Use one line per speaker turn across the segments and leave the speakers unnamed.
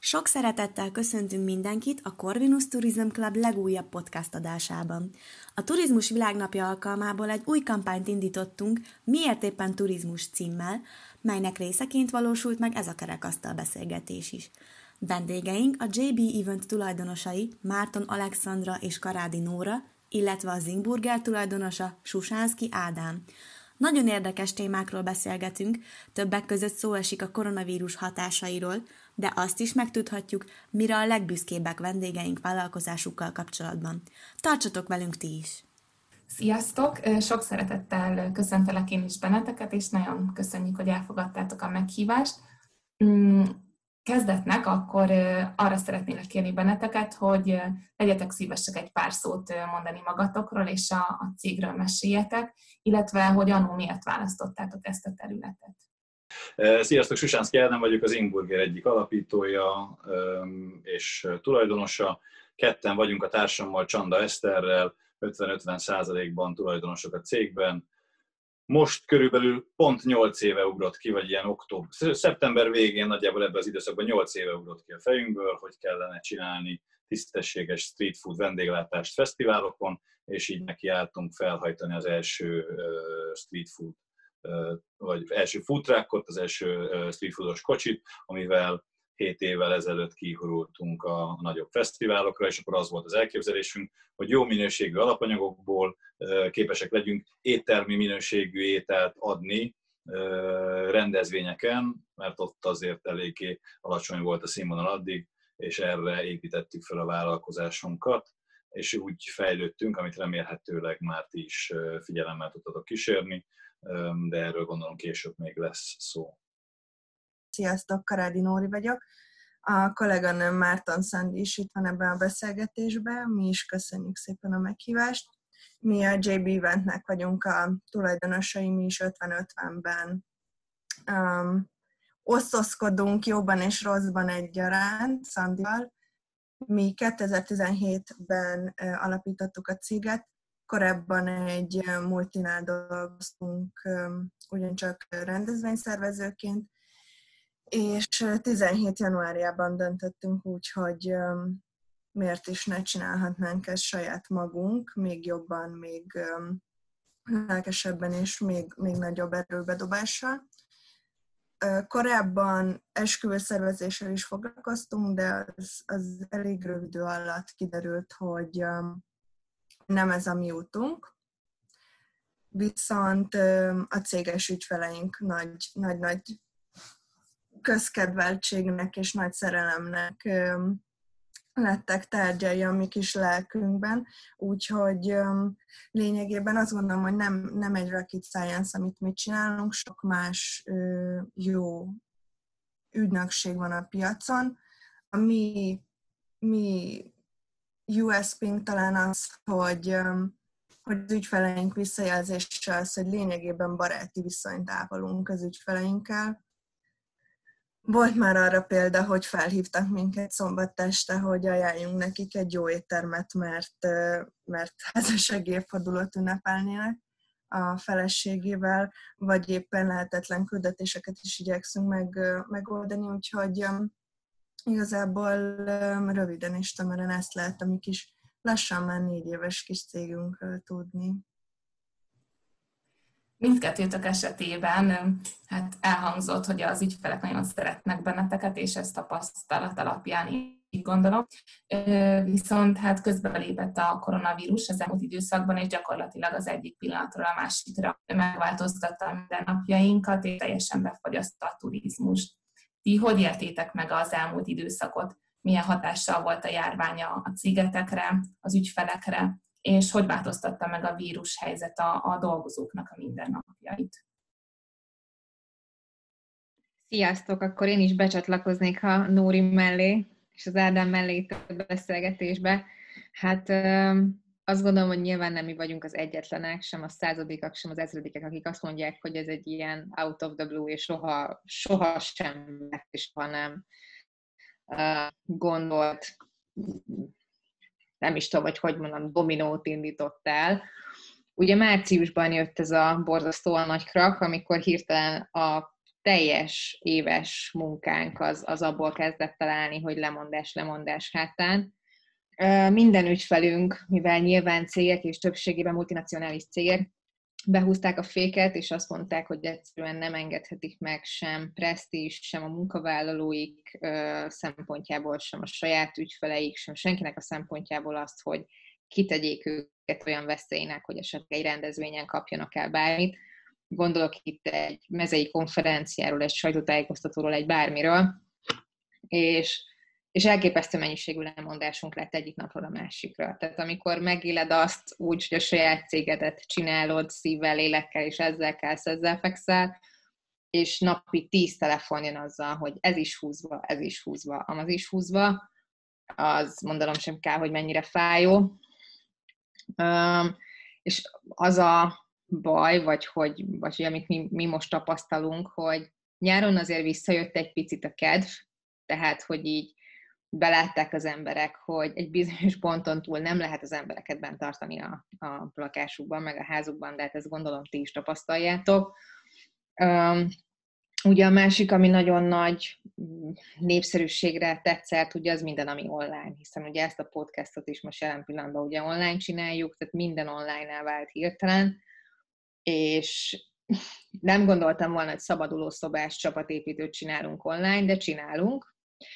Sok szeretettel köszöntünk mindenkit a Corvinus Tourism Club legújabb podcast adásában. A Turizmus Világnapja alkalmából egy új kampányt indítottunk, Miért éppen turizmus címmel, melynek részeként valósult meg ez a kerekasztal beszélgetés is. Vendégeink a JB Event tulajdonosai, Márton Alexandra és Karádi Nóra, illetve a Zingburger tulajdonosa, Susánszky Ádám. Nagyon érdekes témákról beszélgetünk, többek között szó esik a koronavírus hatásairól, de azt is megtudhatjuk, mire a legbüszkébbek vendégeink vállalkozásukkal kapcsolatban. Tartsatok velünk ti is!
Sziasztok! Sok szeretettel köszöntelek én is benneteket, és nagyon köszönjük, hogy elfogadtátok a meghívást. Kezdetnek akkor arra szeretnélek kérni benneteket, hogy legyetek szívesek egy pár szót mondani magatokról, és a cégről meséljetek, illetve hogy annó miért választottátok ezt a területet.
Sziasztok, Susánszky Ádám vagyok, az Zingburger egyik alapítója és tulajdonosa. Ketten vagyunk a társammal, Csanda Eszterrel, 50-50%-ban tulajdonosok a cégben. Most körülbelül pont 8 éve ugrott ki, vagy ilyen szeptember végén nagyjából ebben az időszakban 8 éve ugrott ki a fejünkből, hogy kellene csinálni tisztességes street food vendéglátást fesztiválokon, és így nekiálltunk felhajtani az első street food, vagy első food truckot, az első street foodos kocsit, amivel 7 évvel ezelőtt kihurultunk a nagyobb fesztiválokra, és akkor az volt az elképzelésünk, hogy jó minőségű alapanyagokból képesek legyünk éttermi minőségű ételt adni rendezvényeken, mert ott azért eléggé alacsony volt a színvonal addig, és erre építettük fel a vállalkozásunkat, és úgy fejlődtünk, amit remélhetőleg már ti is figyelemmel tudtatok kísérni, de erről gondolom később még lesz szó.
Sziasztok, Karádi Nóri vagyok. A kolléganőm Márton Szandi is itt van ebben a beszélgetésben. Mi is köszönjük szépen a meghívást. Mi a JB Eventnek vagyunk a tulajdonosai, mi is 50-50-ben osztozkodunk jóban és rosszban egyaránt Szandival. Mi 2017-ben alapítottuk a céget, korábban egy multinál dolgoztunk, ugyancsak rendezvényszervezőként, és 17 januárjában döntöttünk úgy, hogy miért is ne csinálhatnánk ezt saját magunk, még jobban, még lelkesebben és még nagyobb erőbedobással. Korábban esküvőszervezéssel is foglalkoztunk, de az elég rövid idő alatt kiderült, hogy nem ez a mi útunk. Viszont a céges ügyfeleink nagy közkedveltségnek és nagy szerelemnek lettek tárgyai a mi kis lelkünkben, úgyhogy lényegében azt gondolom, hogy nem egy rocket science, amit mi csinálunk, sok más jó ügynökség van a piacon. A mi USP-nk talán az, hogy az ügyfeleink visszajelzése az, hogy lényegében baráti viszonyt ápolunk az ügyfeleinkkel. Volt már arra példa, hogy felhívtak minket szombat este, hogy ajánljunk nekik egy jó éttermet, mert házassági évfordulót ünnepelnének a feleségével, vagy éppen lehetetlen küldetéseket is igyekszünk megoldani, úgyhogy igazából röviden és tömören ezt lehet a mi kis lassan már 4 éves kis cégünkről tudni.
Mindkettőtök esetében hát elhangzott, hogy az ügyfelek nagyon szeretnek benneteket, és ezt tapasztalat alapján így gondolom. Viszont hát közbelépett a koronavírus az elmúlt időszakban, és gyakorlatilag az egyik pillanatról a másikra megváltoztatta a mindennapjainkat, és teljesen befagyasztotta a turizmust. Ti hogy éltétek meg az elmúlt időszakot? Milyen hatással volt a járvány a cégetekre, az ügyfelekre, és hogy változtatta meg a vírus helyzet a dolgozóknak a mindennapjait?
Sziasztok! Akkor én is becsatlakoznék a Nóri mellé, és az Ádám mellé itt a beszélgetésbe. Hát azt gondolom, hogy nyilván nem mi vagyunk az egyetlenek, sem a 100-adikak, sem az 1000-adikek, akik azt mondják, hogy ez egy ilyen out of the blue, és soha sem lett, és soha nem gondolt, nem is tudom, hogy mondom, dominót indított el. Ugye márciusban jött ez a borzasztóan nagy krak, amikor hirtelen a teljes éves munkánk az abból kezdett találni, hogy lemondás hátán. Minden ügyfelünk, mivel nyilván cégek és többségében multinacionális cégek, behúzták a féket, és azt mondták, hogy egyszerűen nem engedhetik meg sem presztízs, sem a munkavállalóik szempontjából, sem a saját ügyfeleik, sem senkinek a szempontjából azt, hogy kitegyék őket olyan veszélynek, hogy esetleg egy rendezvényen kapjanak el bármit. Gondolok itt egy mezei konferenciáról, egy sajtótájékoztatóról, egy bármiről, és elképesztő mennyiségű lemondásunk lett egyik napról a másikra. Tehát amikor megéled azt úgy, hogy a saját cégedet csinálod szívvel, lélekkel, és ezzel kelsz, ezzel fekszel, és napi 10 telefon jön azzal, hogy ez is húzva, amaz is húzva, az mondanom sem kell, hogy mennyire fájó. És az a baj, vagy amit mi most tapasztalunk, hogy nyáron azért visszajött egy picit a kedv, tehát, hogy így belátták az emberek, hogy egy bizonyos ponton túl nem lehet az embereket bent tartani a lakásukban, meg a házukban, de hát ezt gondolom ti is tapasztaljátok. Ugye a másik, ami nagyon nagy népszerűségre tett szert, ugye az minden, ami online, hiszen ugye ezt a podcastot is most jelen pillanatban ugye online csináljuk, tehát minden online-nál vált hirtelen, és nem gondoltam volna, hogy szabaduló szobás csapatépítőt csinálunk online, de csinálunk,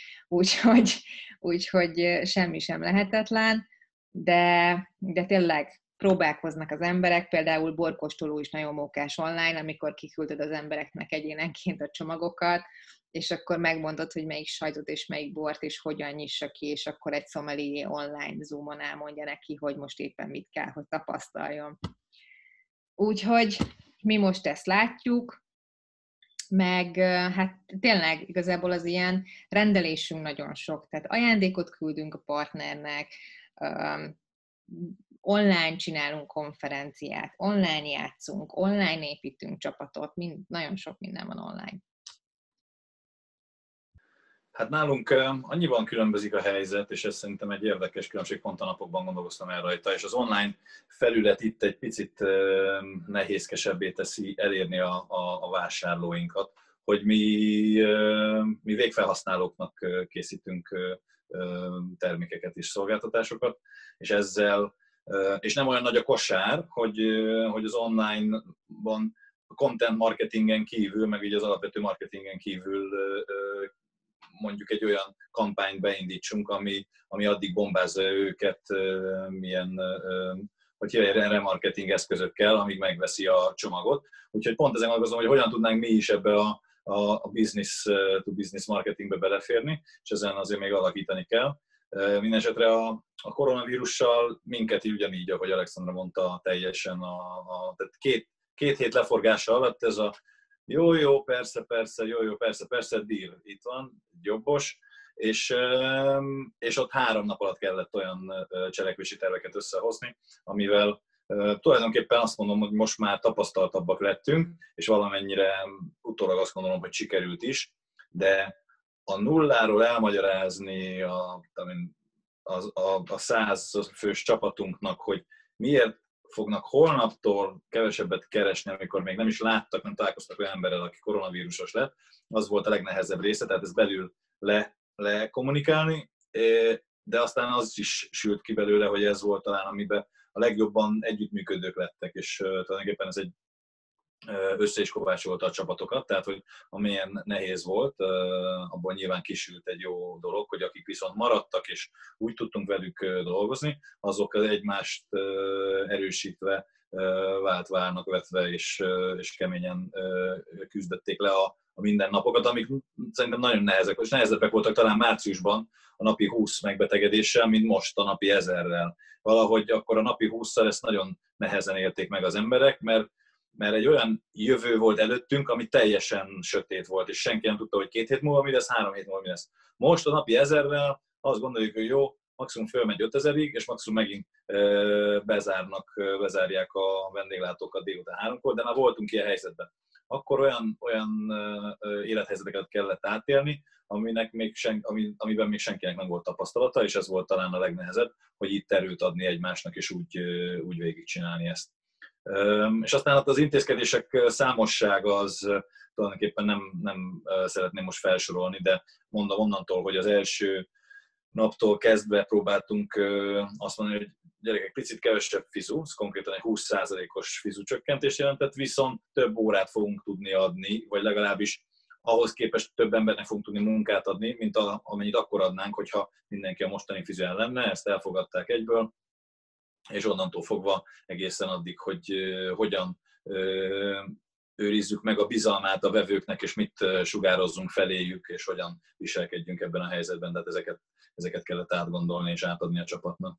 úgyhogy semmi sem lehetetlen, de tényleg próbálkoznak az emberek, például borkóstoló is nagyon mókás online, amikor kiküldöd az embereknek egyénenként a csomagokat, és akkor megmondod, hogy melyik sajtot és melyik bort, és hogyan nyissa ki, és akkor egy sommelier online Zoomon elmondja neki, hogy most éppen mit kell, hogy tapasztaljon. Úgyhogy mi most ezt látjuk, meg hát tényleg igazából az ilyen rendelésünk nagyon sok, tehát ajándékot küldünk a partnernek, online csinálunk konferenciát, online játszunk, online építünk csapatot, nagyon sok minden van online.
Hát nálunk annyiban különbözik a helyzet, és ez szerintem egy érdekes különbség, pont a napokban gondolkoztam el rajta, és az online felület itt egy picit nehézkesebbé teszi elérni a vásárlóinkat, hogy mi végfelhasználóknak készítünk termékeket és szolgáltatásokat, és ezzel, és nem olyan nagy a kosár, hogy az online-ban a content marketingen kívül, meg így az alapvető marketingen kívül mondjuk egy olyan kampányt beindítsunk, ami addig bombázza őket milyen, hogy remarketing eszközökkel, amíg megveszi a csomagot. Úgyhogy pont ezen gondolkozom, hogy hogyan tudnánk mi is ebbe a business-to-business marketingbe beleférni, és ezen azért még alakítani kell. Mindenesetre a koronavírussal minket ugyanígy, ahogy Alexandra mondta, teljesen tehát két hét leforgása alatt ez a jó, persze, deal, itt van, jobbos, és ott 3 nap alatt kellett olyan cselekvési terveket összehozni, amivel tulajdonképpen azt mondom, hogy most már tapasztaltabbak lettünk, és valamennyire utólag azt gondolom, hogy sikerült is, de a nulláról elmagyarázni a 100 fős csapatunknak, hogy miért fognak holnaptól kevesebbet keresni, amikor még nem is láttak, nem találkoztak olyan emberrel, aki koronavírusos lett, az volt a legnehezebb része, tehát ezt belül lekommunikálni, de aztán az is sült ki belőle, hogy ez volt talán, amiben a legjobban együttműködők lettek, és tulajdonképpen ez egy össze is kovácsolta a csapatokat, tehát hogy amilyen nehéz volt, abból nyilván kisült egy jó dolog, hogy akik viszont maradtak, és úgy tudtunk velük dolgozni, azok egymást erősítve, váltnak vetve, és keményen küzdötték le a mindennapokat, amik szerintem nagyon nehezebbek voltak talán márciusban a napi 20 megbetegedéssel, mint most a napi 1000-rel. Valahogy akkor a napi 20-szal ezt nagyon nehezen élték meg az emberek, mert egy olyan jövő volt előttünk, ami teljesen sötét volt, és senki nem tudta, hogy 2 hét múlva mi lesz, 3 hét múlva mi lesz. Most a napi 1000-rel azt gondoljuk, hogy jó, maximum fölmegy 5000-ig, és maximum megint bezárják a vendéglátókat délután 3-kor, de már voltunk ilyen helyzetben. Akkor olyan élethelyzeteket kellett átélni, amiben még senkinek nem volt tapasztalata, és ez volt talán a legnehezebb, hogy itt erőt adni egymásnak, és úgy végigcsinálni ezt. És aztán az intézkedések számossága az tulajdonképpen nem szeretném most felsorolni, de mondom onnantól, hogy az első naptól kezdve próbáltunk azt mondani, hogy gyerekek, picit kevesebb fizu, ez konkrétan egy 20%-os fizu csökkentést jelentett, viszont több órát fogunk tudni adni, vagy legalábbis ahhoz képest több embernek fogunk tudni munkát adni, mint amennyit akkor adnánk, hogyha mindenki a mostani fizuen lenne, ezt elfogadták egyből, és onnantól fogva egészen addig, hogy hogyan őrizzük meg a bizalmát a vevőknek, és mit sugározzunk feléjük, és hogyan viselkedjünk ebben a helyzetben, tehát ezeket kellett átgondolni és átadni a csapatnak.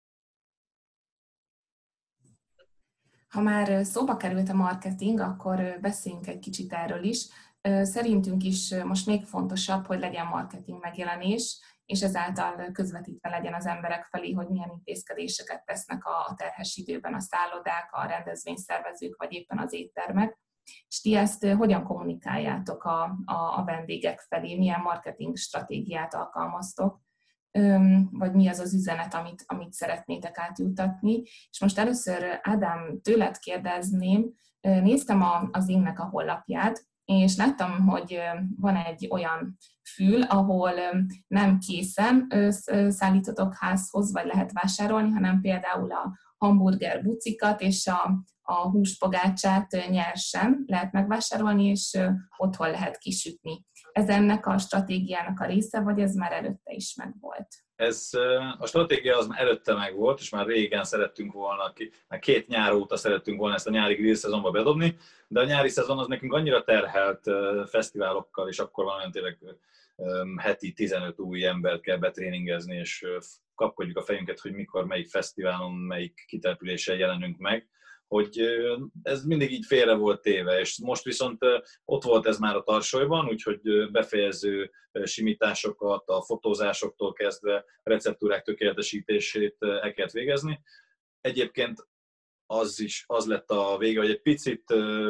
Ha már szóba került a marketing, akkor beszéljünk egy kicsit erről is. Szerintünk is most még fontosabb, hogy legyen marketing megjelenés, és ezáltal közvetítve legyen az emberek felé, hogy milyen intézkedéseket tesznek a terhes időben a szállodák, a rendezvényszervezők, vagy éppen az éttermek. És ti ezt hogyan kommunikáljátok a vendégek felé, milyen marketing stratégiát alkalmaztok, vagy mi az az üzenet, amit szeretnétek átjutatni. És most először, Ádám, tőled kérdezném, néztem az Ingnek a honlapját, és láttam, hogy van egy olyan fül, ahol nem készen szállítotok házhoz, vagy lehet vásárolni, hanem például a hamburger bucikat és a húspogácsát nyersen lehet megvásárolni, és otthon lehet kisütni. Ez ennek a stratégiának a része, vagy ez már előtte is megvolt?
A stratégia az már előtte megvolt, és már régen szerettünk volna, már 2 nyár óta szerettünk volna ezt a nyári grill szezonba bedobni, de a nyári szezon az nekünk annyira terhelt fesztiválokkal, és akkor valamilyen tényleg heti 15 új embert kell betréningezni, és kapkodjuk a fejünket, hogy mikor, melyik fesztiválon, melyik kitelepülésen jelenünk meg, hogy ez mindig így félre volt téve, és most viszont ott volt ez már a tarsolyban, úgyhogy befejező simításokat, a fotózásoktól kezdve receptúrák tökéletesítését el kellett végezni. Egyébként az lett a vége, hogy egy picit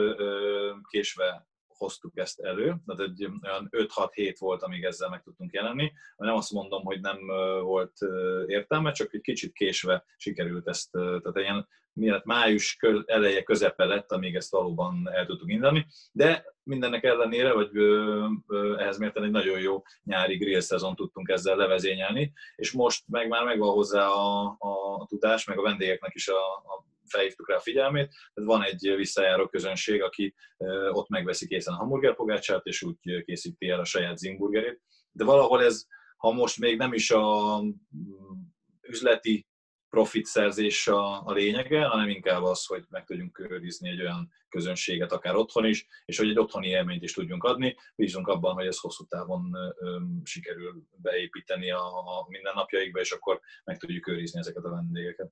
késve hoztuk ezt elő, tehát egy olyan 5-6 hét volt, amíg ezzel meg tudtunk jelenni. Nem azt mondom, hogy nem volt értelme, csak egy kicsit késve sikerült ezt, tehát ilyen miatt május eleje közepe lett, amíg ezt valóban el tudtuk indulni, de mindennek ellenére, vagy ehhez mérten egy nagyon jó nyári grill szezon tudtunk ezzel levezényelni, és most meg már megvan hozzá a tudás, meg a vendégeknek is felhívtuk rá a figyelmét, tehát van egy visszajáró közönség, aki ott megveszi készen a hamburgerpogácsát, és úgy készíti el a saját zingburgerét. De valahol ez, ha most még nem is a üzleti profit szerzés a lényege, hanem inkább az, hogy meg tudjunk őrizni egy olyan közönséget, akár otthon is, és hogy egy otthoni élményt is tudjunk adni. Bízunk abban, hogy ez hosszú távon sikerül beépíteni a mindennapjaikba, és akkor meg tudjuk őrizni ezeket a vendégeket.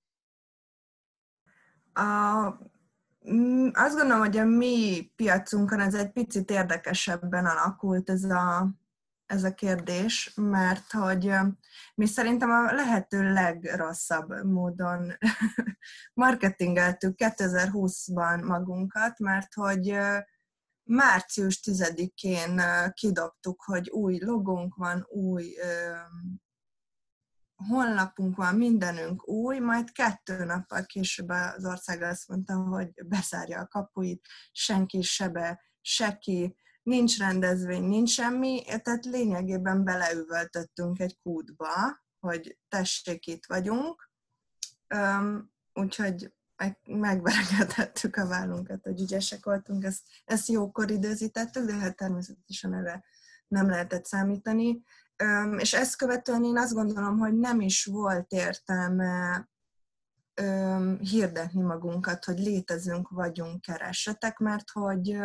Azt gondolom, hogy a mi piacunkon ez egy picit érdekesebben alakult ez a kérdés, mert hogy mi szerintem a lehető legrosszabb módon marketingeltük 2020-ban magunkat, mert hogy március 10-én kidobtuk, hogy új logónk van, új honlapunk van, mindenünk új, majd 2 nappal később az ország azt mondta, hogy bezárja a kapuit, senki se ki, nincs rendezvény, nincs semmi, tehát lényegében beleüvöltöttünk egy kútba, hogy tessék, itt vagyunk, úgyhogy megveregetettük a vállunkat, hogy ügyesek voltunk, ezt jókor időzítettük, de hát természetesen erre nem lehetett számítani. És ezt követően én azt gondolom, hogy nem is volt értelme hirdetni magunkat, hogy létezünk, vagyunk, keressetek, mert hogy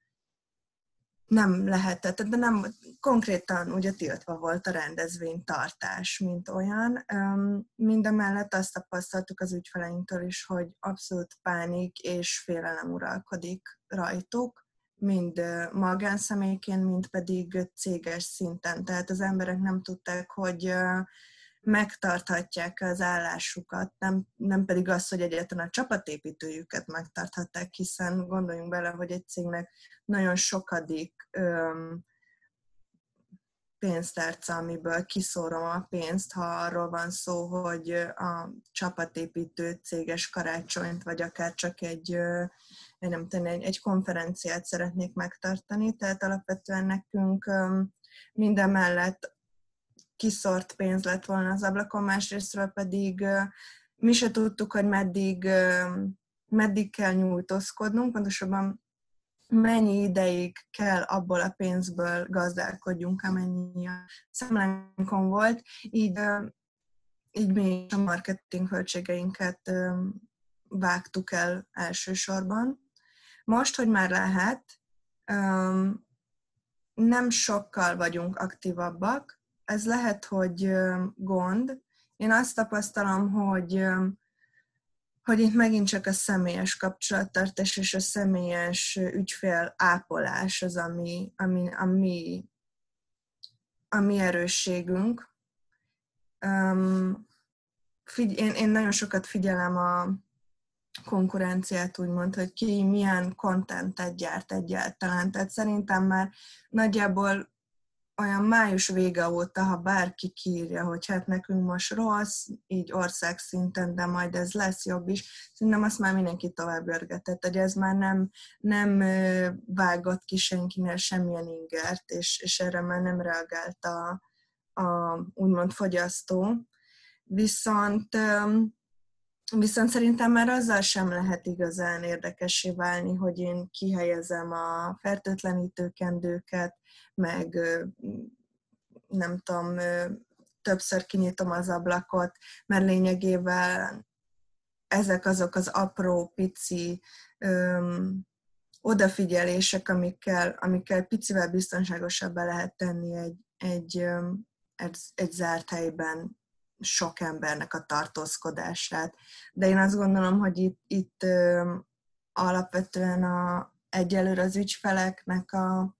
nem lehetett, de nem, konkrétan ugye tiltva volt a rendezvénytartás, mint olyan. Mindemellett azt tapasztaltuk az ügyfeleinktől is, hogy abszolút pánik és félelem uralkodik rajtuk, mind magánszemélyként, mind pedig céges szinten. Tehát az emberek nem tudták, hogy megtarthatják az állásukat, nem pedig az, hogy egyáltalán a csapatépítőjüket megtarthatták, hiszen gondoljunk bele, hogy egy cégnek nagyon sokadik pénztárca, amiből kiszórom a pénzt, ha arról van szó, hogy a csapatépítő céges karácsonyt, vagy akár csak egy konferenciát szeretnék megtartani. Tehát alapvetően nekünk minden mellett kiszórt pénz lett volna az ablakon, másrésztről pedig mi se tudtuk, hogy meddig kell nyújtózkodnunk, pontosabban mennyi ideig kell abból a pénzből gazdálkodjunk, amennyi a számlánkon volt, így mi a marketing költségeinket vágtuk el elsősorban. Most, hogy már lehet, nem sokkal vagyunk aktívabbak, ez lehet, hogy gond. Én azt tapasztalom, hogy itt megint csak a személyes kapcsolattartás és a személyes ügyfél ápolás az, a mi erősségünk. Én nagyon sokat figyelem a konkurenciát, úgymond, hogy ki milyen contentet gyárt egyáltalán. Tehát szerintem már nagyjából olyan május vége óta, ha bárki kiírja, hogy hát nekünk most rossz, így országszinten, de majd ez lesz jobb is, szerintem azt már mindenki tovább görgetett, hogy ez már nem vágott ki senkinél semmilyen ingert, és erre már nem reagált a úgymond fogyasztó. Viszont szerintem már azzal sem lehet igazán érdekessé válni, hogy én kihelyezem a fertőtlenítőkendőket, meg nem tudom, többször kinyitom az ablakot, mert lényegében ezek azok az apró, pici odafigyelések, amikkel picivel biztonságosabbá lehet tenni egy zárt helyben sok embernek a tartózkodását. De én azt gondolom, hogy itt alapvetően egyelőre az ügyfeleknek a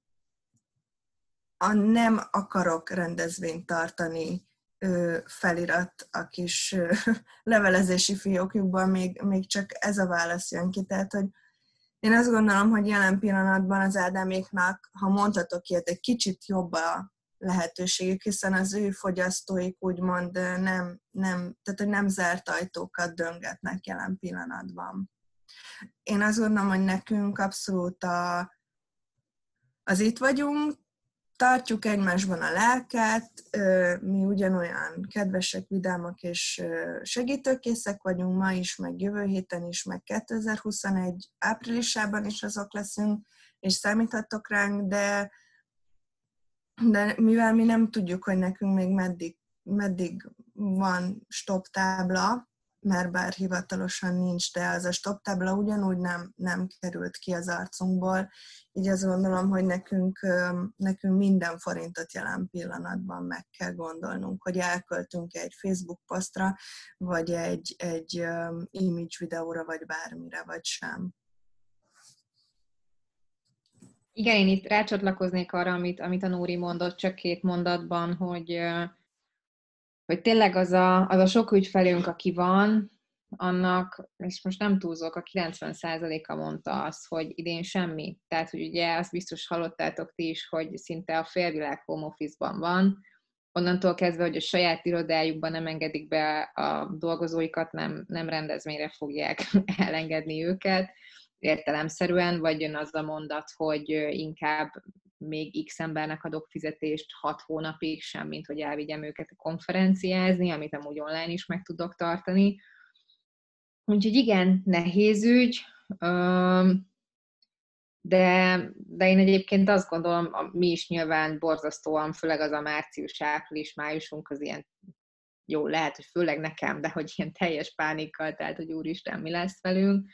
nem akarok rendezvényt tartani felirat a kis levelezési fiókjukban, még csak ez a válasz jön ki. Tehát, hogy én azt gondolom, hogy jelen pillanatban az Ádáméknak, ha mondhatok ilyet, egy kicsit jobb a lehetőségük, hiszen az ő fogyasztóik úgymond tehát hogy nem zárt ajtókat döngetnek jelen pillanatban. Én azt gondolom, hogy nekünk abszolút az itt vagyunk, tartjuk egymásban a lelket, mi ugyanolyan kedvesek, vidámak és segítőkészek vagyunk ma is, meg jövő héten is, meg 2021 áprilisában is azok leszünk, és számíthatok ránk, de mivel mi nem tudjuk, hogy nekünk még meddig van stop tábla, mert bár hivatalosan nincs, de az a stop tábla ugyanúgy nem került ki az arcunkból, így azt gondolom, hogy nekünk minden forintot jelen pillanatban meg kell gondolnunk, hogy elköltünk egy Facebook posztra, vagy egy image videóra, vagy bármire, vagy sem.
Igen, én itt rácsatlakoznék arra, amit a Nóri mondott, csak 2 mondatban, hogy tényleg az a sok ügyfelünk, aki van, annak, és most nem túlzok, a 90%-a mondta azt, hogy idén semmi. Tehát, hogy ugye azt biztos hallottátok ti is, hogy szinte a félvilág home office-ban van. Onnantól kezdve, hogy a saját irodájukban nem engedik be a dolgozóikat, nem rendezvényre fogják elengedni őket értelemszerűen, vagy jön az a mondat, hogy inkább még X embernek adok fizetést 6 hónapig sem, mint hogy elvigyem őket konferenciázni, amit amúgy online is meg tudok tartani. Úgyhogy igen, nehéz ügy, de én egyébként azt gondolom, mi is nyilván borzasztóan, főleg az a március, április, májusunk az ilyen, jó, lehet, hogy főleg nekem, de hogy ilyen teljes pánikkal, tehát, hogy úristen, mi lesz velünk,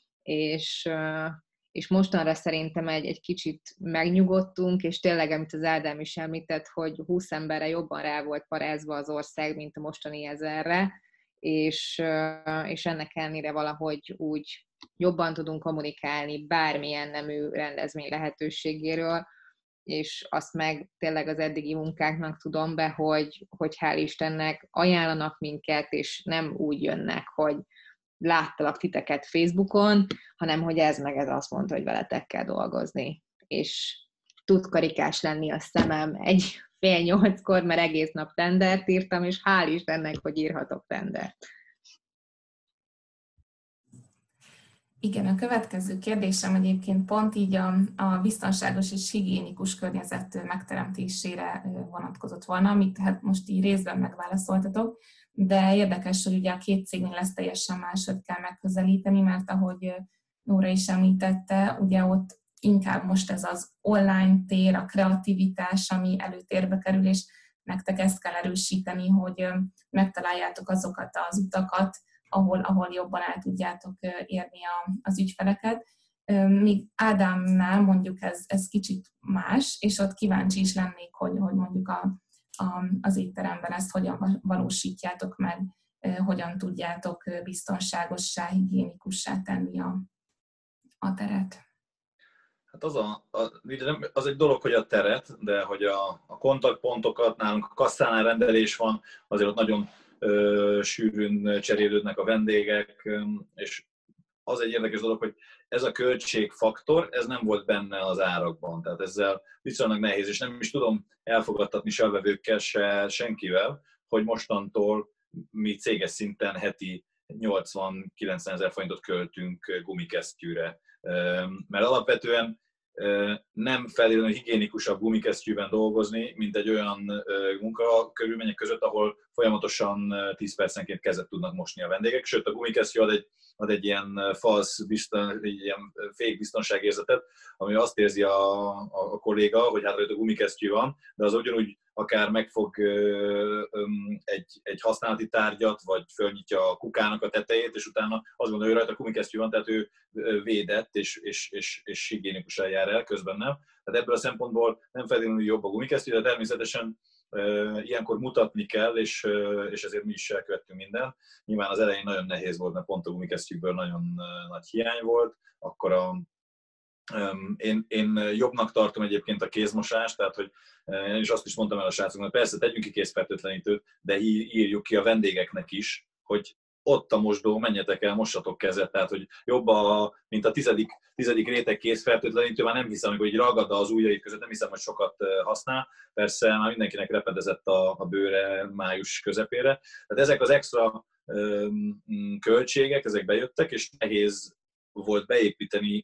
és mostanra szerintem egy kicsit megnyugodtunk, és tényleg, amit az Ádám is említett, hogy 20 emberre jobban rá volt parázva az ország, mint a mostani 1000-re, és ennek ellenére valahogy úgy jobban tudunk kommunikálni bármilyen nemű rendezvény lehetőségéről, és azt meg tényleg az eddigi munkáknak tudom be, hogy hál' Istennek ajánlanak minket, és nem úgy jönnek, hogy láttalak titeket Facebookon, hanem hogy ez azt mondta, hogy veletek kell dolgozni. És tud karikás lenni a szemem egy 7:30, mert egész nap tendert írtam, és hál' Istennek, hogy írhatok tendert.
Igen, a következő kérdésem egyébként pont így a biztonságos és higiénikus környezet megteremtésére vonatkozott volna, amit hát most így részben megválaszoltatok, de érdekes, hogy ugye a két cégnél lesz teljesen máshogy kell megközelíteni, mert ahogy Nóra is említette, ugye ott inkább most ez az online tér, a kreativitás, ami előtérbe kerül, és nektek ezt kell erősíteni, hogy megtaláljátok azokat az utakat, ahol jobban el tudjátok érni az ügyfeleket. Míg Ádámnál mondjuk ez kicsit más, és ott kíváncsi is lennék, hogy mondjuk az étteremben ezt hogyan valósítjátok meg, hogyan tudjátok biztonságossá, higiénikussá tenni a teret.
Hát az egy dolog, hogy a teret, de hogy a kontaktpontokat, nálunk a kasszánál rendelés van, azért ott nagyon sűrűn cserélődnek a vendégek, és az egy érdekes dolog, hogy ez a költségfaktor, ez nem volt benne az árakban, tehát ezzel viszonylag nehéz, és nem is tudom elfogadtatni se a vevőkkel, se senkivel, hogy mostantól mi céges szinten heti 80-90 ezer forintot költünk gumikesztyűre. Mert alapvetően nem feltétlenül higiénikusabb gumikesztyűben dolgozni, mint egy olyan munkakörülmények között, ahol folyamatosan 10 percenként kezet tudnak mosni a vendégek, sőt a gumikesztyű ad egy ilyen ilyen fake biztonságérzetet, ami azt érzi a kolléga, hogy hát rajta gumikesztyű van, de az ugyanúgy akár megfog egy használati tárgyat, vagy fölnyitja a kukának a tetejét, és utána azt gondolja, hogy rajta gumikesztyű van, tehát ő védett és higiénikusan jár el, közben nem. Tehát ebből a szempontból nem feltétlenül jobb a gumikesztyű, de természetesen ilyenkor mutatni kell, és ezért mi is elkövettünk mindent. Nyilván az elején nagyon nehéz volt, mert pont a gumikesztyűkből nagyon nagy hiány volt, akkor én jobbnak tartom egyébként a kézmosást, tehát hogy én is azt is mondtam el a srácoknak, persze tegyünk ki kézfertőtlenítőt, de írjuk ki a vendégeknek is, hogy ott a mosdó, menjetek el, mossatok kezet, tehát hogy jobb, mint a tizedik réteg kézfertőtlenítő, már nem hiszem, hogy ragad az ujjait között, nem hiszem, hogy sokat használ, persze már mindenkinek repedezett a bőre május közepére, tehát ezek az extra költségek, ezek bejöttek, és nehéz volt beépíteni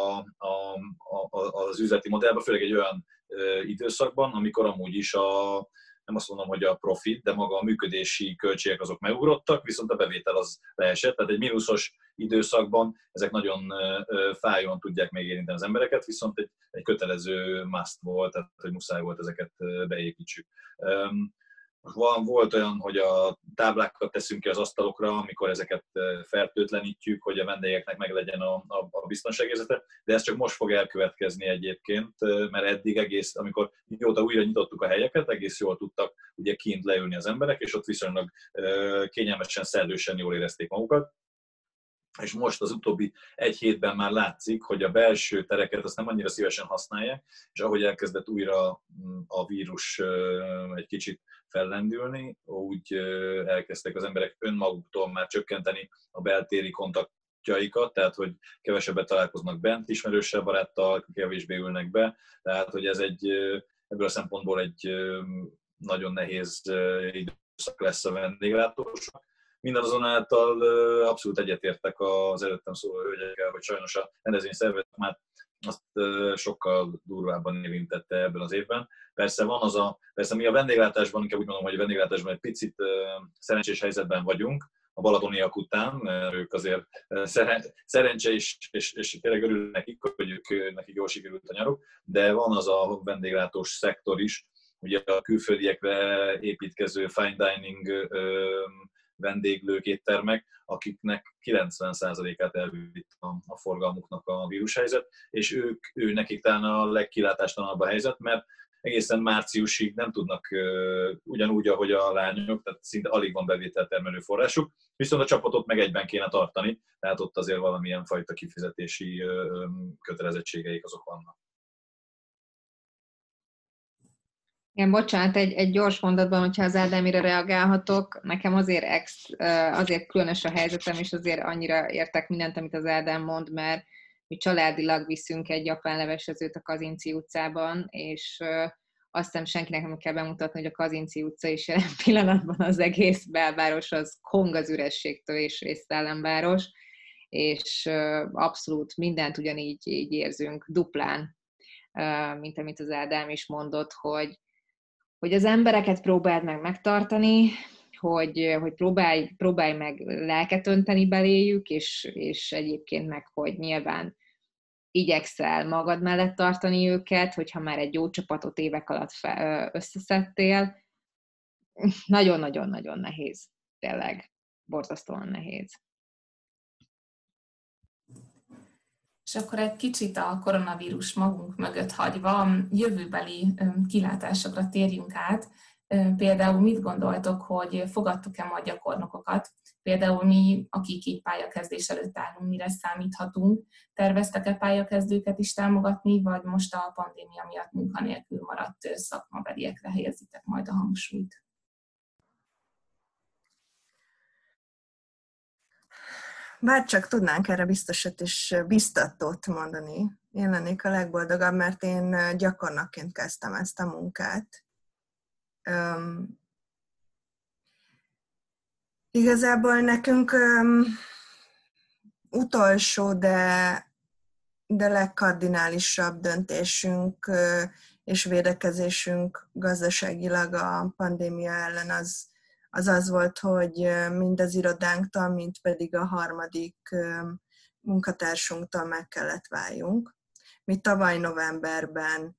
az üzleti modellbe, főleg egy olyan időszakban, amikor amúgy is nem azt mondom, hogy a profit, de maga a működési költségek azok megugrottak, viszont a bevétel az leesett. Tehát egy mínuszos időszakban ezek nagyon fájóan tudják még érinteni az embereket, viszont egy kötelező must volt, tehát hogy muszáj volt ezeket beépítsük. Volt olyan, hogy a táblákat teszünk ki az asztalokra, amikor ezeket fertőtlenítjük, hogy a vendégeknek meglegyen a biztonságérzete, de ez csak most fog elkövetkezni egyébként, mert eddig mióta újra nyitottuk a helyeket, egész jól tudtak ugye kint leülni az emberek, és ott viszonylag kényelmesen, szellősen jól érezték magukat. És most az utóbbi egy hétben már látszik, hogy a belső tereket azt nem annyira szívesen használják, és ahogy elkezdett újra a vírus egy kicsit fellendülni, úgy elkezdtek az emberek önmaguktól már csökkenteni a beltéri kontaktjaikat, tehát hogy kevesebbet találkoznak bent, ismerősebb baráttal, kevésbé ülnek be, tehát hogy ez ebből a szempontból egy nagyon nehéz időszak lesz a vendéglátósnak. Mindazonáltal abszolút egyetértek az előttem szóló hölgyekkel, hogy sajnos a rendezvényszervezet már azt sokkal durvábban érintette ebben az évben. Persze persze mi a vendéglátásban, inkább úgy mondom, hogy a vendéglátásban egy picit szerencsés helyzetben vagyunk, a balatoniak után, mert ők azért szerencse és tényleg örülnek nekik, hogy nekik jól sikerült a nyaruk, de van az a vendéglátós szektor is, ugye a külföldiekre építkező fine dining vendéglők, éttermek, akiknek 90%-át elvitt a forgalmuknak a vírushelyzet, és nekik talán a legkilátástalanabb a helyzet, mert egészen márciusig nem tudnak ugyanúgy, ahogy a lányok, tehát szinte alig van bevételtermelő forrásuk, viszont a csapatot meg egyben kéne tartani, tehát ott azért valamilyen fajta kifizetési kötelezettségeik azok vannak.
Igen, bocsánat, egy gyors mondatban, hogyha az Ádámire reagálhatok, nekem azért különös a helyzetem, és azért annyira értek mindent, amit az Ádám mond, mert mi családilag viszünk egy japán levesezőt a Kazinczy utcában, és azt hiszem senkinek nem kell bemutatni, hogy a Kazinczy utca is jelen pillanatban az egész belváros az kong az ürességtől és részellenváros, és abszolút mindent ugyanígy érzünk duplán, mint amit az Ádám is mondott, hogy az embereket próbáld meg megtartani, hogy próbálj meg lelket önteni beléjük, és egyébként meg, hogy nyilván igyekszel magad mellett tartani őket, hogyha már egy jó csapatot évek alatt összeszedtél. Nagyon-nagyon-nagyon nehéz. Tényleg borzasztóan nehéz.
És akkor egy kicsit a koronavírus magunk mögött hagyva, jövőbeli kilátásokra térjünk át. Például mit gondoltok, hogy fogadtuk-e majd gyakornokokat? Például mi, akik így pályakezdés előtt állunk, mire számíthatunk? Terveztek-e pályakezdőket is támogatni, vagy most a pandémia miatt munkanélkül maradt szakmabeliekre helyezitek majd a hangsúlyt?
Bárcsak tudnánk erre biztosat és biztatót mondani. Én lennék a legboldogabb, mert én gyakornokként kezdtem ezt a munkát. Igazából nekünk utolsó, de legkardinálisabb döntésünk és védekezésünk gazdaságilag a pandémia ellen az volt, hogy mind az irodánktól, mind pedig a harmadik munkatársunktól meg kellett váljunk. Mi tavaly novemberben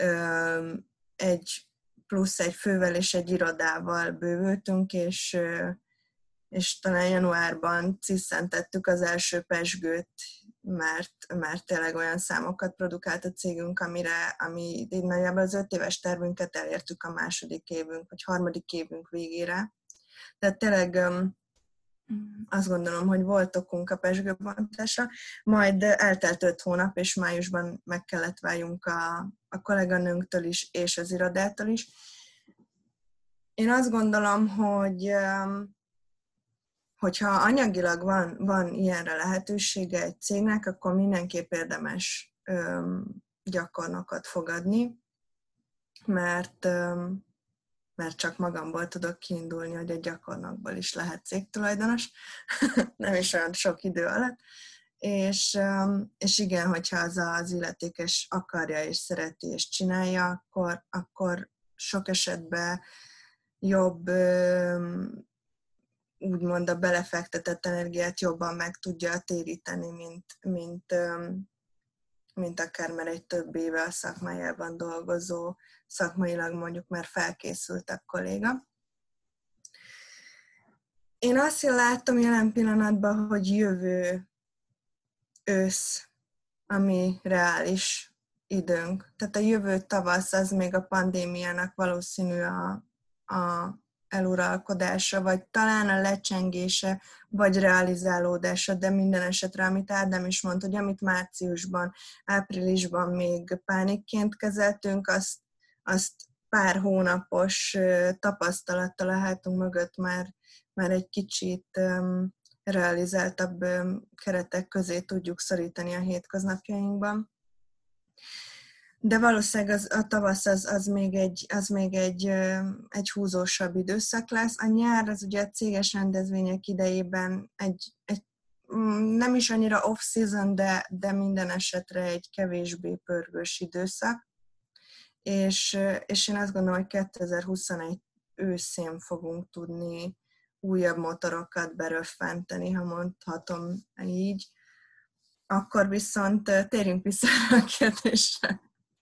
egy fővel és egy irodával bővültünk, és talán januárban cisszentettük az első pezsgőt, mert tényleg olyan számokat produkált a cégünk, ami nagyjából az 5 éves tervünket elértük a második évünk, vagy harmadik évünk végére. Tehát tényleg azt gondolom, hogy volt okunk a pezsgőbontásra, majd eltelt 5 hónap, és májusban meg kellett váljunk a kolléganőnktől is, és az irodától is. Én azt gondolom, hogyha anyagilag van ilyenre lehetősége egy cégnek, akkor mindenképp érdemes gyakornokot fogadni, mert csak magamból tudok kiindulni, hogy egy gyakornokból is lehet cégtulajdonos, nem is olyan sok idő alatt. És igen, hogyha az illetékes akarja és szereti és csinálja, akkor sok esetben jobb, úgymond a belefektetett energiát jobban meg tudja téríteni, mint akár már egy több éve a szakmájában dolgozó, szakmailag mondjuk már felkészültebb kolléga. Én azt látom jelen pillanatban, hogy jövő ősz, ami reális időnk. Tehát a jövő tavasz az még a pandémiának valószínű a eluralkodása, vagy talán a lecsengése, vagy realizálódása, de minden esetre, amit Ádám is mondta, hogy amit márciusban, áprilisban még pánikként kezeltünk, azt pár hónapos tapasztalattal a hátunk mögött már egy kicsit realizáltabb keretek közé tudjuk szorítani a hétköznapjainkban. De valószínűleg a tavasz az még egy húzósabb időszak lesz. A nyár az ugye a céges rendezvények idejében egy nem is annyira off-season, de minden esetre egy kevésbé pörgős időszak. És én azt gondolom, hogy 2021 őszén fogunk tudni újabb motorokat beröffenteni, ha mondhatom így. Akkor viszont térjünk vissza a kérdésre.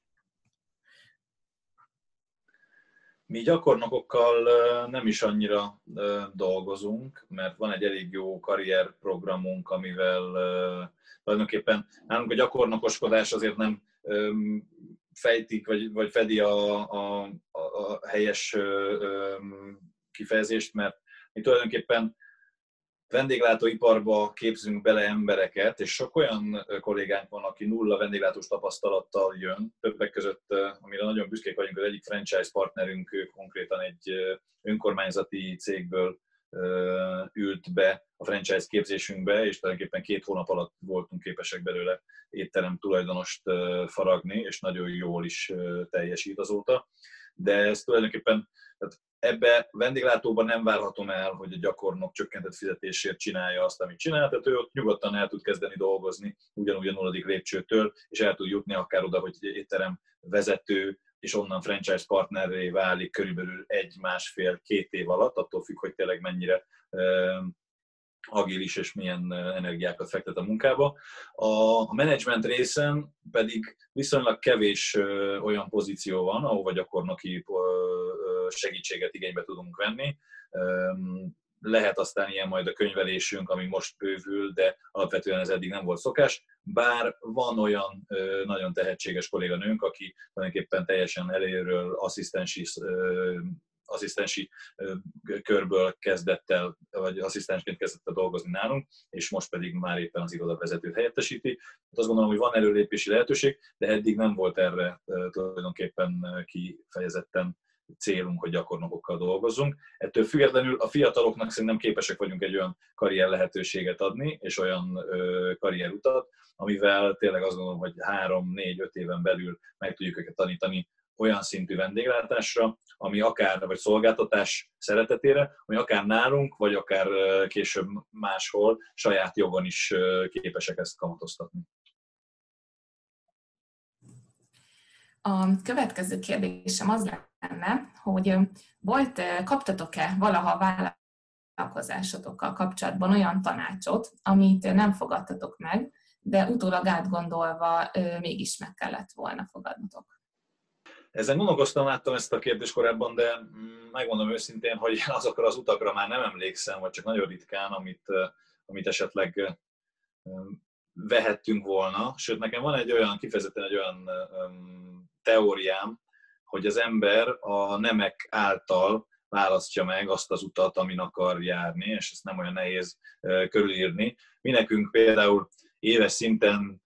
Mi gyakornokokkal nem is annyira dolgozunk, mert van egy elég jó karrierprogramunk, amivel tulajdonképpen nálunk a gyakornokoskodás azért nem fejtik, vagy fedi a helyes kifejezést, mert mi tulajdonképpen vendéglátóiparba képzünk bele embereket, és sok olyan kollégánk van, aki nulla vendéglátós tapasztalattal jön. Többek között, amire nagyon büszkék vagyunk, az egyik franchise partnerünk, ő konkrétan egy önkormányzati cégből ült be a franchise képzésünkbe, és tulajdonképpen 2 hónap alatt voltunk képesek belőle étterem tulajdonost faragni, és nagyon jól is teljesít azóta. De ez tulajdonképpen, tehát ebbe vendéglátóban nem várhatom el, hogy a gyakornok csökkentett fizetésért csinálja azt, amit csinál, tehát ő ott nyugodtan el tud kezdeni dolgozni, ugyanúgy a 0. lépcsőtől, és el tud jutni akár oda, hogy étterem vezető, és onnan franchise partnerré válik körülbelül 1-1,5-2 év alatt, attól függ, hogy tényleg mennyire agilis és milyen energiákat fektet a munkába. A menedzsment részen pedig viszonylag kevés olyan pozíció van, ahova gyakornoki segítséget igénybe tudunk venni. Lehet aztán ilyen majd a könyvelésünk, ami most bővül, de alapvetően ez eddig nem volt szokás. Bár van olyan nagyon tehetséges kolléganőnk, aki tulajdonképpen teljesen elérről asszisztensi körből kezdett el, vagy asszisztensként kezdett el dolgozni nálunk, és most pedig már éppen az irodavezetőt helyettesíti. Azt gondolom, hogy van előlépési lehetőség, de eddig nem volt erre tulajdonképpen kifejezetten célunk, hogy gyakornokokkal dolgozzunk. Ettől függetlenül a fiataloknak szerintem képesek vagyunk egy olyan karrier lehetőséget adni, és olyan karrierutat, amivel tényleg azt gondolom, hogy 3-4-5 éven belül meg tudjuk őket tanítani olyan szintű vendéglátásra, ami akár, vagy szolgáltatás szeretetére, ami akár nálunk, vagy akár később máshol saját jogon is képesek ezt kamatoztatni.
A következő kérdésem az lenne, hogy kaptatok-e valaha vállalkozásotokkal kapcsolatban olyan tanácsot, amit nem fogadtatok meg, de utólag átgondolva mégis meg kellett volna fogadnotok?
Ezen gondolkoztam, láttam ezt a kérdést korábban, de megmondom őszintén, hogy azokra az utakra már nem emlékszem, vagy csak nagyon ritkán, amit esetleg vehettünk volna. Sőt, nekem van kifejezetten egy olyan teóriám, hogy az ember a nemek által választja meg azt az utat, amin akar járni, és ezt nem olyan nehéz körülírni. Mi nekünk például éves szinten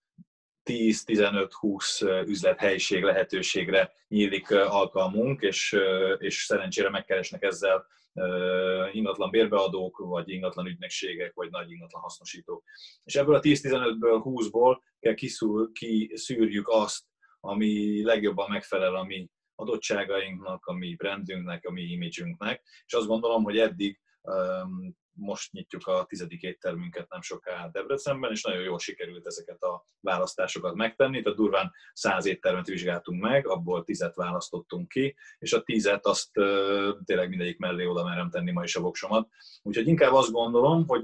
10-15-20 üzlethelyiség lehetőségre nyílik alkalmunk, és szerencsére megkeresnek ezzel ingatlan bérbeadók, vagy ingatlan ügynökségek, vagy nagy ingatlan hasznosítók. És ebből a 10-15-ből 20-ból kell kiszűrjük azt, ami legjobban megfelel a mi adottságainknak, a mi brandünknek, a mi imidzsünknek, és azt gondolom, hogy eddig most nyitjuk a 10. éttermünket nem soká Debrecenben, és nagyon jól sikerült ezeket a választásokat megtenni, tehát durván 100 éttermet vizsgáltunk meg, abból 10-et választottunk ki, és a 10-et azt tényleg mindegyik mellé oda merem tenni ma is a voksomat. Úgyhogy inkább azt gondolom, hogy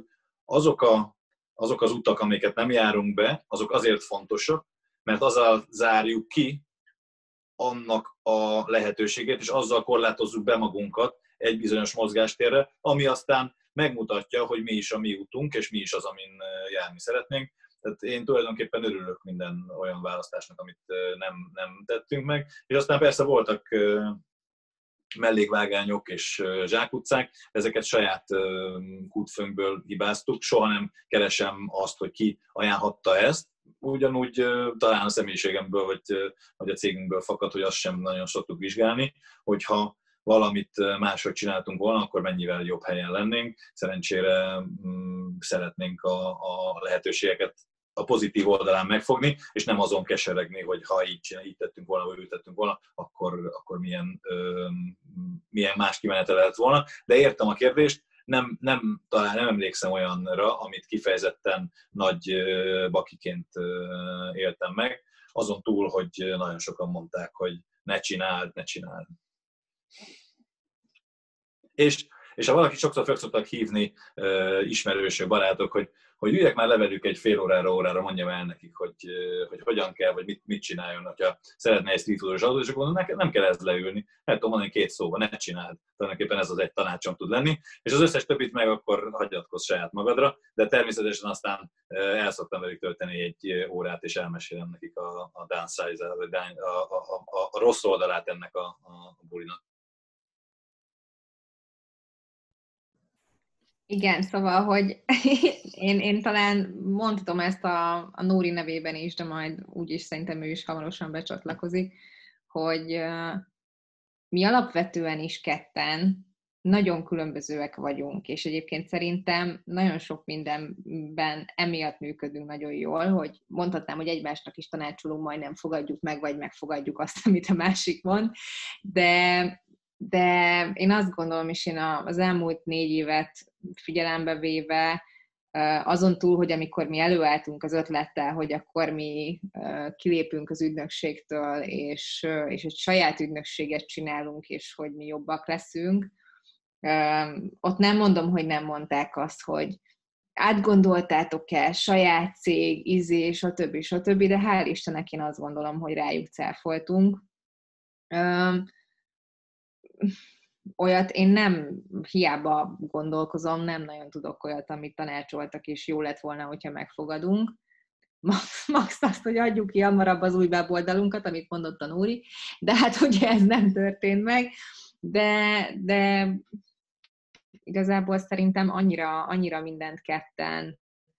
azok az utak, amiket nem járunk be, azok azért fontosak, mert azzal zárjuk ki annak a lehetőségét, és azzal korlátozzuk be magunkat egy bizonyos mozgástérre, ami aztán megmutatja, hogy mi is a mi útunk, és mi is az, amin járni szeretnénk. Tehát én tulajdonképpen örülök minden olyan választásnak, amit nem tettünk meg. És aztán persze voltak mellékvágányok és zsákutcák, ezeket saját kútfőnkből hibáztuk, soha nem keresem azt, hogy ki ajánlhatta ezt. Ugyanúgy talán a személyiségemből, vagy a cégünkből fakad, hogy azt sem nagyon szoktuk vizsgálni, hogyha valamit máshogy csináltunk volna, akkor mennyivel jobb helyen lennénk. Szerencsére szeretnénk a lehetőségeket a pozitív oldalán megfogni, és nem azon keseregni, hogy ha így tettünk volna, vagy úgy tettünk volna, akkor milyen más kimenetele lett volna. De értem a kérdést, talán nem emlékszem olyanra, amit kifejezetten nagy bakiként éltem meg, azon túl, hogy nagyon sokan mondták, hogy ne csináld. És ha valaki sokszor fel szoktak hívni ismerősök, barátok, hogy üljek már le velük egy fél órára, mondjam el nekik, hogy hogyan kell, vagy mit csináljon, hogyha szeretne egy street foodos autót, és akkor mondom, nem kell ezt leülni, el tudom mondani 2 szóban, ne csináld. Tulajdonképpen ez az egy tanácsom tud lenni, és az összes többit meg akkor hagyatkozz saját magadra, de természetesen aztán el szoktam velük tölteni egy órát, és elmesélem nekik a downsize, a rossz oldalát ennek a bulinak.
Igen, szóval, hogy én talán mondhatom ezt a Nóri nevében is, de majd úgyis szerintem ő is hamarosan becsatlakozik, hogy mi alapvetően is ketten nagyon különbözőek vagyunk, és egyébként szerintem nagyon sok mindenben emiatt működünk nagyon jól, hogy mondhatnám, hogy egymásnak is tanácsolunk, majdnem fogadjuk meg, vagy megfogadjuk azt, amit a másik mond, de én azt gondolom, és én az elmúlt 4 évet figyelembe véve, azon túl, hogy amikor mi előálltunk az ötlettel, hogy akkor mi kilépünk az ügynökségtől, és egy saját ügynökséget csinálunk, és hogy mi jobbak leszünk, ott nem mondom, hogy nem mondták azt, hogy átgondoltátok-e, saját cég, stb., de hál' Istennek én azt gondolom, hogy rájuk cáfoltunk. Olyat én nem, hiába gondolkozom, nem nagyon tudok olyat, amit tanácsoltak, és jó lett volna, hogyha megfogadunk. Max azt, hogy adjuk ki hamarabb az új weboldalunkat, amit mondott a Nóri, de hát ugye ez nem történt meg, de igazából szerintem annyira mindent ketten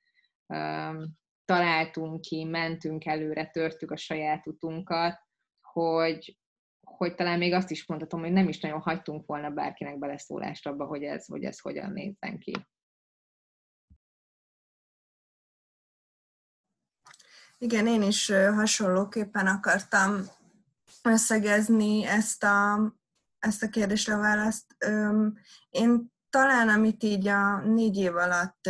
találtunk ki, mentünk előre, törtük a saját utunkat, hogy talán még azt is mondhatom, hogy nem is nagyon hagytunk volna bárkinek beleszólást abba, hogy ez hogyan nézzen ki.
Igen, én is hasonlóképpen akartam összegezni ezt a kérdésre a választ. Én talán, amit így a 4 év alatt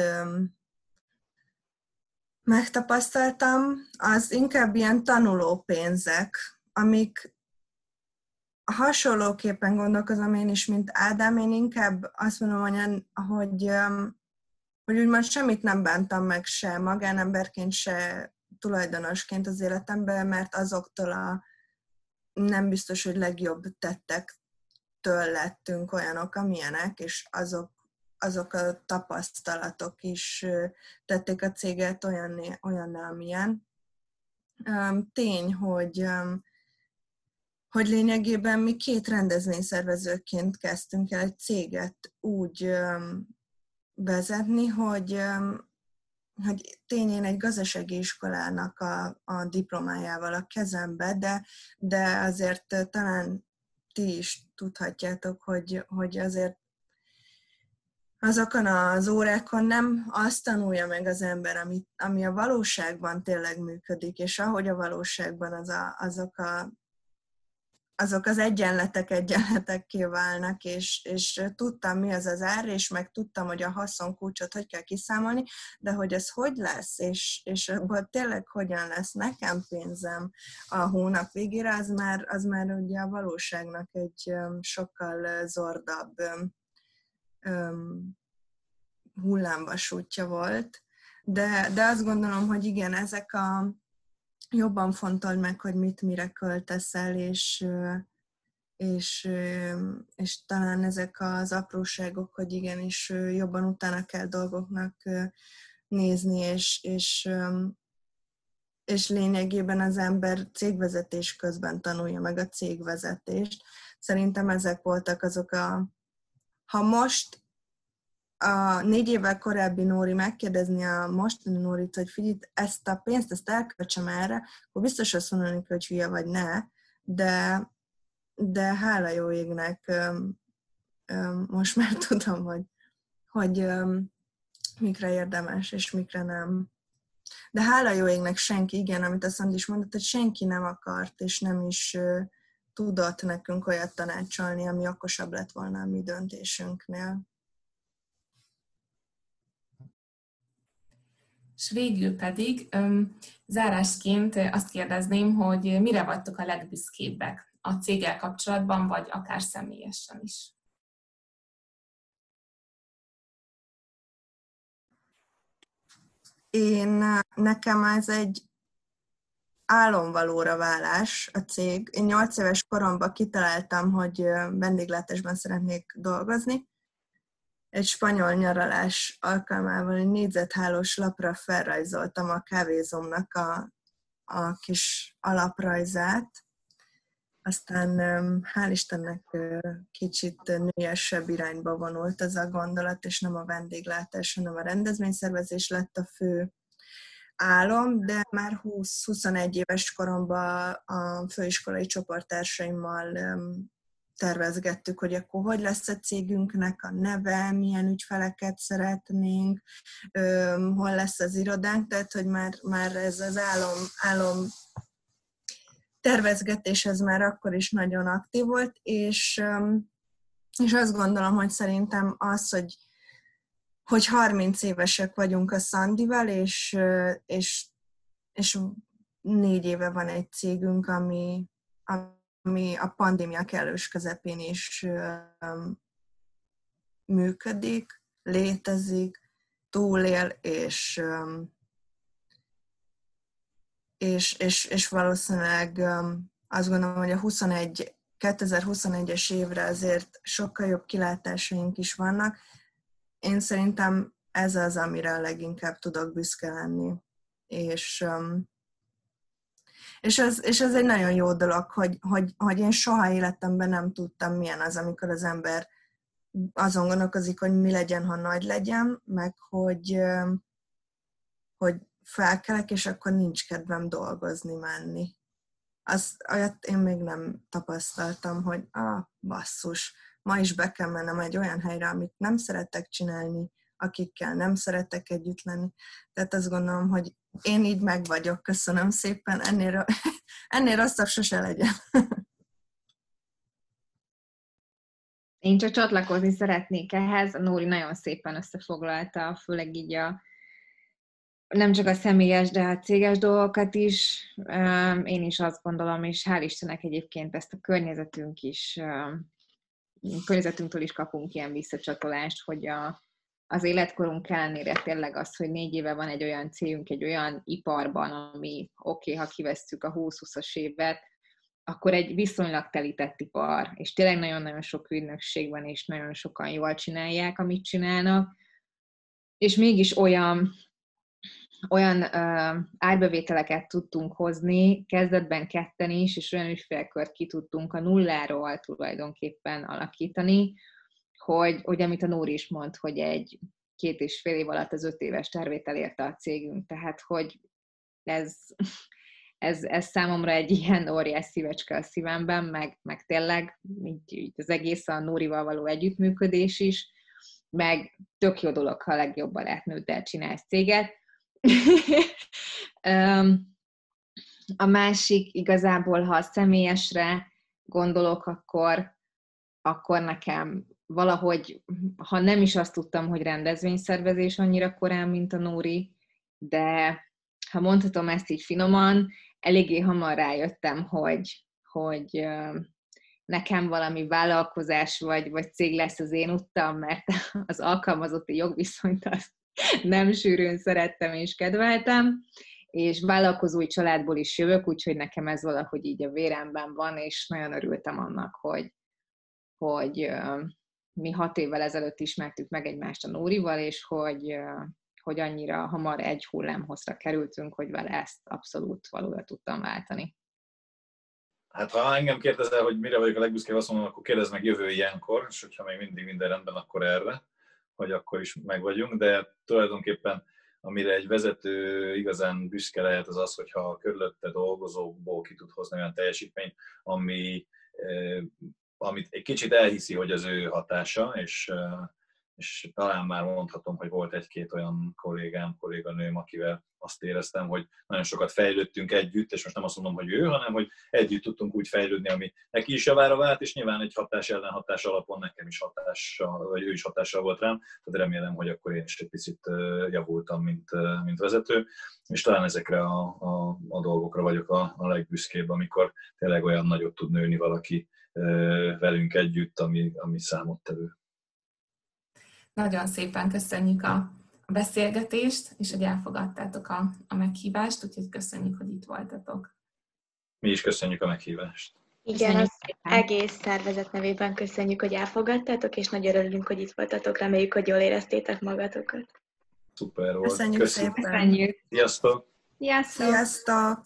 megtapasztaltam, az inkább ilyen tanulópénzek, amik hasonlóképpen gondolkozom én is, mint Ádám. Én inkább azt mondom, hogy úgymond semmit nem bántam meg se magánemberként, se tulajdonosként az életemben, mert azoktól nem biztos, hogy legjobb tettektől lettünk olyanok, amilyenek, és azok a tapasztalatok is tették a céget olyanná, amilyen. Tény, hogy lényegében mi 2 rendezvényszervezőként kezdtünk el egy céget úgy vezetni, hogy tényleg egy gazdasági iskolának a diplomájával a kezembe, de azért talán ti is tudhatjátok, hogy azért azokon az órákon nem azt tanulja meg az ember, ami a valóságban tényleg működik, és ahogy a valóságban azok az egyenletekké válnak, és tudtam, mi az az ár, és meg tudtam, hogy a haszonkulcsot hogy kell kiszámolni, de hogy ez hogy lesz, és abból tényleg hogyan lesz nekem pénzem a hónap végére, az már ugye a valóságnak egy sokkal zordabb hullámvasútja volt. De azt gondolom, hogy igen, ezek jobban fontold meg, hogy mit mire költesz el, és talán ezek az apróságok, hogy igenis jobban utána kell dolgoknak nézni, és lényegében az ember cégvezetés közben tanulja meg a cégvezetést. Szerintem ezek voltak azok ha most a 4 évvel korábbi Nóri megkérdezni a mostani Nórit, hogy figyelj, ezt a pénzt, ezt elköltsem erre, akkor biztos azt mondani, hogy hülye vagy ne, de hála jó égnek most már tudom, hogy mikre érdemes, és mikre nem. De hála jó égnek senki, igen, amit a Szandi is mondott, hogy senki nem akart, és nem is tudott nekünk olyat tanácsolni, ami okosabb lett volna a mi döntésünknél.
És végül pedig zárásként azt kérdezném, hogy mire vagytok a legbüszkébbek a céggel kapcsolatban, vagy akár személyesen is?
Nekem ez egy álomvalóra válás a cég. Én 8 éves koromban kitaláltam, hogy vendéglátásban szeretnék dolgozni. Egy spanyol nyaralás alkalmával egy négyzethálós lapra felrajzoltam a kávézómnak a kis alaprajzát. Aztán hál' Istennek kicsit nőiesebb irányba vonult ez a gondolat, és nem a vendéglátás, hanem a rendezvényszervezés lett a fő álom, de már 20-21 éves koromban a főiskolai csoporttársaimmal tervezgettük, hogy akkor hogy lesz a cégünknek a neve, milyen ügyfeleket szeretnénk, hol lesz az irodánk, tehát hogy már ez az álom tervezgetés ez már akkor is nagyon aktív volt, és azt gondolom, hogy szerintem az, hogy 30 évesek vagyunk a Szandival, és 4 éve van egy cégünk, ami a pandémia kellős közepén is működik, létezik, túlél, és valószínűleg azt gondolom, hogy a 2021-es évre azért sokkal jobb kilátásaink is vannak. Én szerintem ez az, amire a leginkább tudok büszke lenni. És ez egy nagyon jó dolog, hogy én soha életemben nem tudtam, milyen az, amikor az ember azon gondolkozik, hogy mi legyen, ha nagy legyen, meg hogy felkelek, és akkor nincs kedvem dolgozni, menni. Olyat én még nem tapasztaltam, hogy basszus, ma is be kell mennem egy olyan helyre, amit nem szeretek csinálni, akikkel nem szeretek együtt lenni. Tehát azt gondolom, hogy én így meg vagyok, köszönöm szépen, ennél rosszabb sose legyen.
Én csak csatlakozni szeretnék ehhez. A Nóri nagyon szépen összefoglalta, főleg így nem csak a személyes, de a céges dolgokat is. Én is azt gondolom, és hál' Istennek egyébként ezt a környezetünktől is kapunk ilyen visszacsatolást, hogy az életkorunk ellenére tényleg az, hogy 4 éve van egy olyan cégünk, egy olyan iparban, ami ha kivesszük a 20-20-as évet, akkor egy viszonylag telített ipar, és tényleg nagyon-nagyon sok ügynökség van, és nagyon sokan jól csinálják, amit csinálnak, és mégis olyan árbevételeket tudtunk hozni, kezdetben ketten is, és olyan ügyfélkört ki tudtunk a nulláról tulajdonképpen alakítani, hogy amit a Nóri is mond, hogy 2,5 év alatt az 5 éves tervét elérte a cégünk. Tehát, hogy ez számomra egy ilyen óriás szívecske a szívemben, meg tényleg így az egész a Nórival való együttműködés is, meg tök jó dolog, ha a legjobban lehet nőddel csinálsz céget. A másik igazából, ha a személyesre gondolok, akkor nekem valahogy, ha nem is azt tudtam, hogy rendezvényszervezés annyira korán, mint a Nóri, de ha mondhatom ezt így finoman, eléggé hamar rájöttem, hogy nekem valami vállalkozás vagy cég lesz az én utam, mert az alkalmazotti jogviszonyt azt nem sűrűn szerettem és kedveltem, és vállalkozói családból is jövök, úgyhogy nekem ez valahogy így a véremben van, és nagyon örültem annak, hogy mi 6 évvel ezelőtt ismertük meg egymást a Nórival, és hogy annyira hamar egy hullámhozra kerültünk, hogy vele ezt abszolút valóra tudtam váltani.
Hát ha engem kérdezel, hogy mire vagyok a legbüszkébb, azt mondom, akkor kérdezz meg jövő ilyenkor, és hogyha még mindig minden rendben, akkor erre, hogy akkor is meg vagyunk, de tulajdonképpen amire egy vezető igazán büszke lehet, az az, hogyha a körülötte dolgozókból ki tud hozni olyan teljesítményt, amit egy kicsit elhiszi, hogy az ő hatása, és talán már mondhatom, hogy volt 1-2 olyan kolléganőm, akivel azt éreztem, hogy nagyon sokat fejlődtünk együtt, és most nem azt mondom, hogy ő, hanem hogy együtt tudtunk úgy fejlődni, ami neki is javára vált, és nyilván egy hatás alapon nekem is hatással, vagy ő is hatással volt rám, tehát remélem, hogy akkor én is egy picit javultam, mint vezető, és talán ezekre a dolgokra vagyok a legbüszkébb, amikor tényleg olyan nagyot tud nőni valaki velünk együtt, ami számottevő.
Nagyon szépen köszönjük a beszélgetést, és hogy elfogadtátok a meghívást, úgyhogy köszönjük, hogy itt voltatok.
Mi is köszönjük a meghívást.
Igen, az egész szervezet nevében köszönjük, hogy elfogadtátok, és nagyon örülünk, hogy itt voltatok. Reméljük, hogy jól éreztétek magatokat.
Szuper volt.
Köszönjük szépen.
Köszönjük.
Sziasztok!
Sziasztok!
Sziasztok!